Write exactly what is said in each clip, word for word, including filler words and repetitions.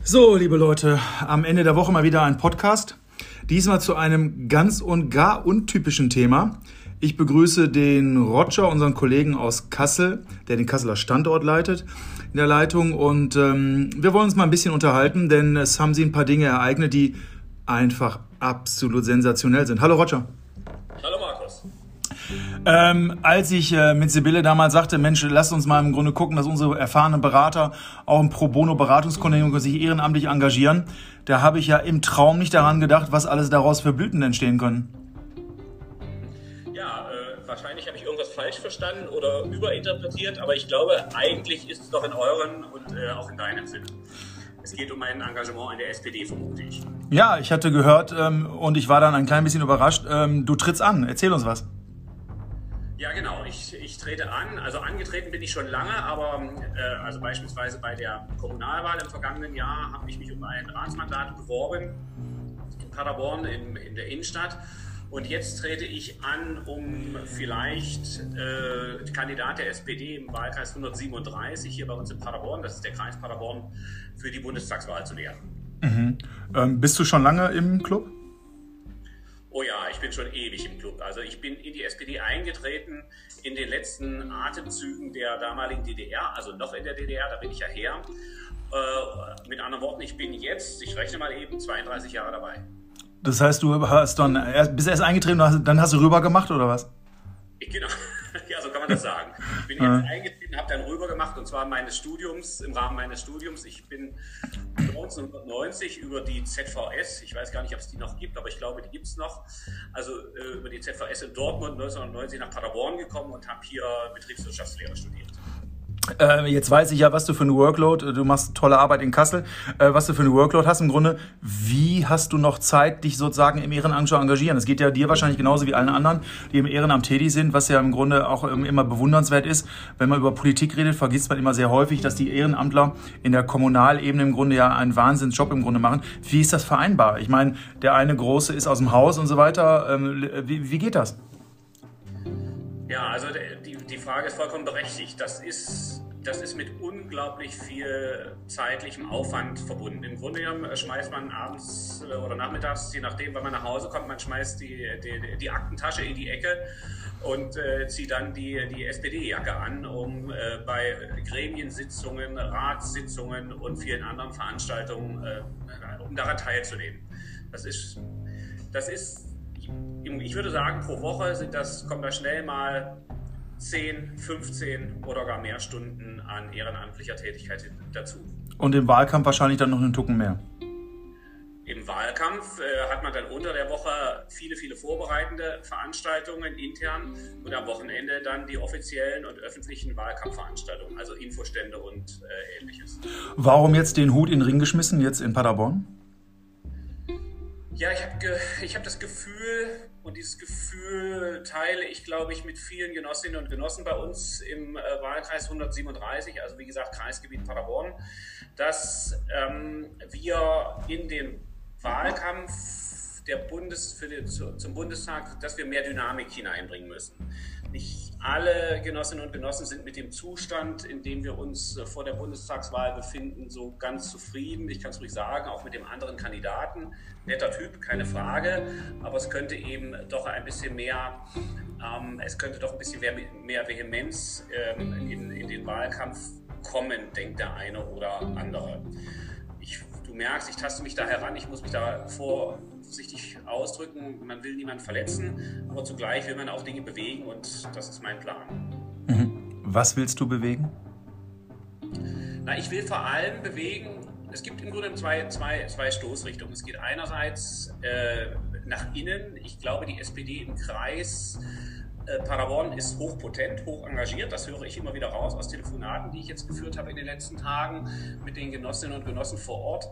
So, liebe Leute, am Ende der Woche mal wieder ein Podcast. Diesmal zu einem ganz und gar untypischen Thema. Ich begrüße den Roger, unseren Kollegen aus Kassel, der den Kasseler Standort leitet, in der Leitung. Und ähm, wir wollen uns mal ein bisschen unterhalten, denn es haben sich ein paar Dinge ereignet, die einfach absolut sensationell sind. Hallo Roger. Hallo Markus. Ähm, als ich äh, mit Sibylle damals sagte, Mensch, lasst uns mal im Grunde gucken, dass unsere erfahrenen Berater auch im Pro-Bono-Beratungsunternehmen sich ehrenamtlich engagieren, da habe ich ja im Traum nicht daran gedacht, was alles daraus für Blüten entstehen können. Ja, äh, wahrscheinlich habe ich irgendwas falsch verstanden oder überinterpretiert, aber ich glaube, eigentlich ist es doch in euren und äh, auch in deinem Sinne. Es geht um ein Engagement in der S P D, vermute ich. Ja, ich hatte gehört ähm, und ich war dann ein klein bisschen überrascht. Ähm, du trittst an, erzähl uns was. Ja, genau. Ich, ich trete an. Also angetreten bin ich schon lange, aber äh, also beispielsweise bei der Kommunalwahl im vergangenen Jahr habe ich mich um ein Ratsmandat beworben in Paderborn in, in der Innenstadt. Und jetzt trete ich an, um vielleicht äh, Kandidat der S P D im Wahlkreis hundertsiebenunddreißig hier bei uns in Paderborn, das ist der Kreis Paderborn, für die Bundestagswahl zu werden. Mhm. Ähm, bist du schon lange im Club? Oh ja, ich bin schon ewig im Club. Also ich bin in die S P D eingetreten in den letzten Atemzügen der damaligen D D R, also noch in der D D R, da bin ich ja her. Äh, mit anderen Worten, ich bin jetzt, ich rechne mal eben, zweiunddreißig Jahre dabei. Das heißt, du hast dann erst, bist erst eingetreten, dann hast du rüber gemacht oder was? Ich, genau, ja, so kann man das sagen. Ich bin jetzt eingetreten, habe dann rüber gemacht und zwar meines Studiums, im Rahmen meines Studiums. Ich bin neunzehnhundertneunzig über die Z V S, ich weiß gar nicht, ob es die noch gibt, aber ich glaube, die gibt es noch, also äh, über die Z V S in Dortmund neunzehnhundertneunzig nach Paderborn gekommen und habe hier Betriebswirtschaftslehre studiert. Äh, jetzt weiß ich ja, was du für eine Workload, du machst tolle Arbeit in Kassel, äh, was du für eine Workload hast im Grunde. Wie hast du noch Zeit, dich sozusagen im Ehrenamt zu engagieren? Es geht ja dir wahrscheinlich genauso wie allen anderen, die im Ehrenamt tätig sind, was ja im Grunde auch ähm, immer bewundernswert ist. Wenn man über Politik redet, vergisst man immer sehr häufig, dass die Ehrenamtler in der Kommunalebene im Grunde ja einen Wahnsinnsjob im Grunde machen. Wie ist das vereinbar? Ich meine, der eine Große ist aus dem Haus und so weiter. Ähm, wie, wie geht das? Ja, also die, die Frage ist vollkommen berechtigt. Das ist, das ist mit unglaublich viel zeitlichem Aufwand verbunden. Im Grunde genommen schmeißt man abends oder nachmittags, je nachdem, wann man nach Hause kommt, man schmeißt die, die, die Aktentasche in die Ecke und äh, zieht dann die, die S P D-Jacke an, um äh, bei Gremiensitzungen, Ratssitzungen und vielen anderen Veranstaltungen, äh, um daran teilzunehmen. Das ist, das ist ich würde sagen, pro Woche sind das, kommen da schnell mal zehn, fünfzehn oder gar mehr Stunden an ehrenamtlicher Tätigkeit dazu. Und im Wahlkampf wahrscheinlich dann noch einen Tucken mehr. Im Wahlkampf äh, hat man dann unter der Woche viele, viele vorbereitende Veranstaltungen intern und am Wochenende dann die offiziellen und öffentlichen Wahlkampfveranstaltungen, also Infostände und äh, Ähnliches. Warum jetzt den Hut in den Ring geschmissen, jetzt in Paderborn? Ja, ich habe ich hab das Gefühl, und dieses Gefühl teile ich, glaube ich, mit vielen Genossinnen und Genossen bei uns im äh, Wahlkreis hundertsiebenunddreißig, also wie gesagt Kreisgebiet Paderborn, dass ähm, wir in den Wahlkampf der Bundes, für den, zu, zum Bundestag, dass wir mehr Dynamik hineinbringen müssen. Nicht alle Genossinnen und Genossen sind mit dem Zustand, in dem wir uns vor der Bundestagswahl befinden, so ganz zufrieden. Ich kann es ruhig sagen, auch mit dem anderen Kandidaten. Netter Typ, keine Frage, aber es könnte eben doch ein bisschen mehr, ähm, es könnte doch ein bisschen mehr, mehr Vehemenz ähm, in, in den Wahlkampf kommen, denkt der eine oder andere. Ich, du merkst, ich taste mich da heran, ich muss mich da vorsichtig ausdrücken, man will niemanden verletzen, aber zugleich will man auch Dinge bewegen und das ist mein Plan. Mhm. Was willst du bewegen? Na, ich will vor allem bewegen, es gibt im Grunde zwei, zwei, zwei Stoßrichtungen. Es geht einerseits äh, nach innen, ich glaube die S P D im Kreis äh, Paderborn ist hochpotent, hoch engagiert, das höre ich immer wieder raus aus Telefonaten, die ich jetzt geführt habe in den letzten Tagen mit den Genossinnen und Genossen vor Ort.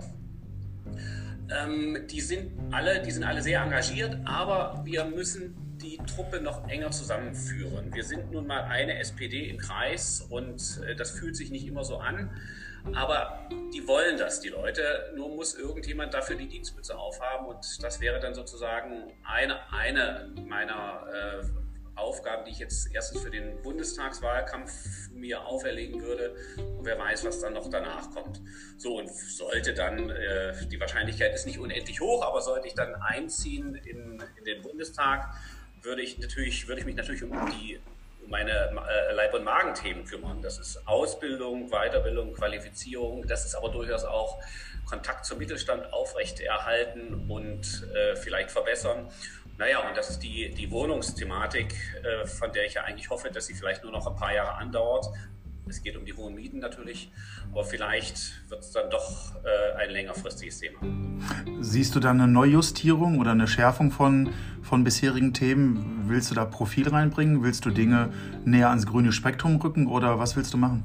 Ähm, die sind alle, die sind alle sehr engagiert, aber wir müssen die Truppe noch enger zusammenführen. Wir sind nun mal eine S P D im Kreis und äh, das fühlt sich nicht immer so an, aber die wollen das, die Leute. Nur muss irgendjemand dafür die Dienstmütze aufhaben und das wäre dann sozusagen eine, eine meiner äh, Aufgaben, die ich jetzt erstens für den Bundestagswahlkampf mir auferlegen würde. Und wer weiß, was dann noch danach kommt. So, und sollte dann, äh, die Wahrscheinlichkeit ist nicht unendlich hoch, aber sollte ich dann einziehen in, in den Bundestag, würde ich natürlich, würde ich mich natürlich um die um meine äh, Leib- und Magenthemen kümmern. Das ist Ausbildung, Weiterbildung, Qualifizierung. Das ist aber durchaus auch Kontakt zum Mittelstand aufrechterhalten und äh, vielleicht verbessern. Naja, und das ist die, die Wohnungsthematik, äh, von der ich ja eigentlich hoffe, dass sie vielleicht nur noch ein paar Jahre andauert. Es geht um die hohen Mieten natürlich, aber vielleicht wird es dann doch äh, ein längerfristiges Thema. Siehst du da eine Neujustierung oder eine Schärfung von, von bisherigen Themen? Willst du da Profil reinbringen? Willst du Dinge näher ans grüne Spektrum rücken oder was willst du machen?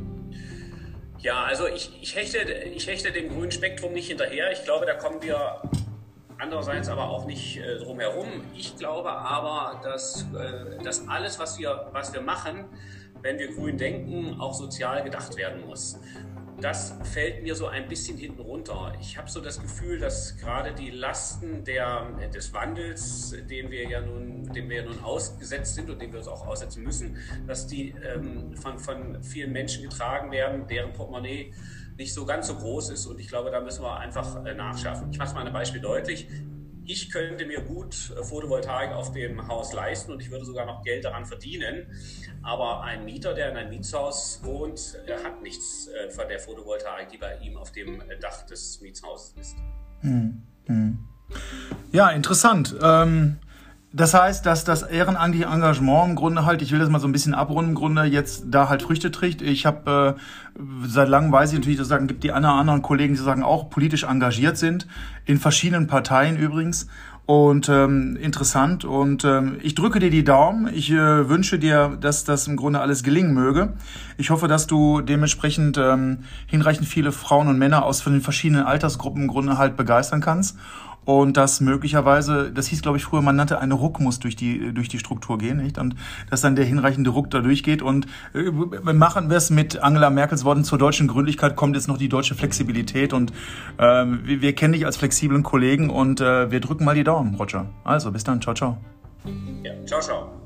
Ja, also ich, ich, hechte, ich hechte dem grünen Spektrum nicht hinterher. Ich glaube, da kommen wir andererseits aber auch nicht äh, drum herum. Ich glaube aber, dass, äh, dass alles, was wir, was wir machen, wenn wir grün denken, auch sozial gedacht werden muss. Das fällt mir so ein bisschen hinten runter. Ich habe so das Gefühl, dass gerade die Lasten der, des Wandels, den wir ja nun, dem wir ja nun ausgesetzt sind und dem wir uns auch aussetzen müssen, dass die ähm, von, von vielen Menschen getragen werden, deren Portemonnaie nicht so ganz so groß ist. Und ich glaube, da müssen wir einfach äh, nachschärfen. Ich mache mal ein Beispiel deutlich. Ich könnte mir gut Photovoltaik auf dem Haus leisten und ich würde sogar noch Geld daran verdienen. Aber ein Mieter, der in einem Mietshaus wohnt, hat nichts von der Photovoltaik, die bei ihm auf dem Dach des Mietshauses ist. Hm, hm. Ja, interessant. Ähm Das heißt, dass das ehrenamtliche Engagement im Grunde halt, ich will das mal so ein bisschen abrunden, im Grunde jetzt da halt Früchte trägt. Ich habe äh, seit langem weiß ich natürlich, dass sagen, gibt die anderen Kollegen, die sagen auch politisch engagiert sind, in verschiedenen Parteien übrigens. Und ähm, interessant. Und ähm, ich drücke dir die Daumen. Ich äh, wünsche dir, dass das im Grunde alles gelingen möge. Ich hoffe, dass du dementsprechend ähm, hinreichend viele Frauen und Männer aus den verschiedenen Altersgruppen im Grunde halt begeistern kannst. Und dass möglicherweise, das hieß glaube ich früher, man nannte, eine Ruck muss durch die durch die Struktur gehen, nicht? Und dass dann der hinreichende Ruck da durchgeht. Und äh, machen wir es mit Angela Merkels Worten: Zur deutschen Gründlichkeit kommt jetzt noch die deutsche Flexibilität. Und äh, wir, wir kennen dich als flexiblen Kollegen und äh, wir drücken mal die Daumen, Roger. Also bis dann, ciao, ciao. Ja, ciao, ciao.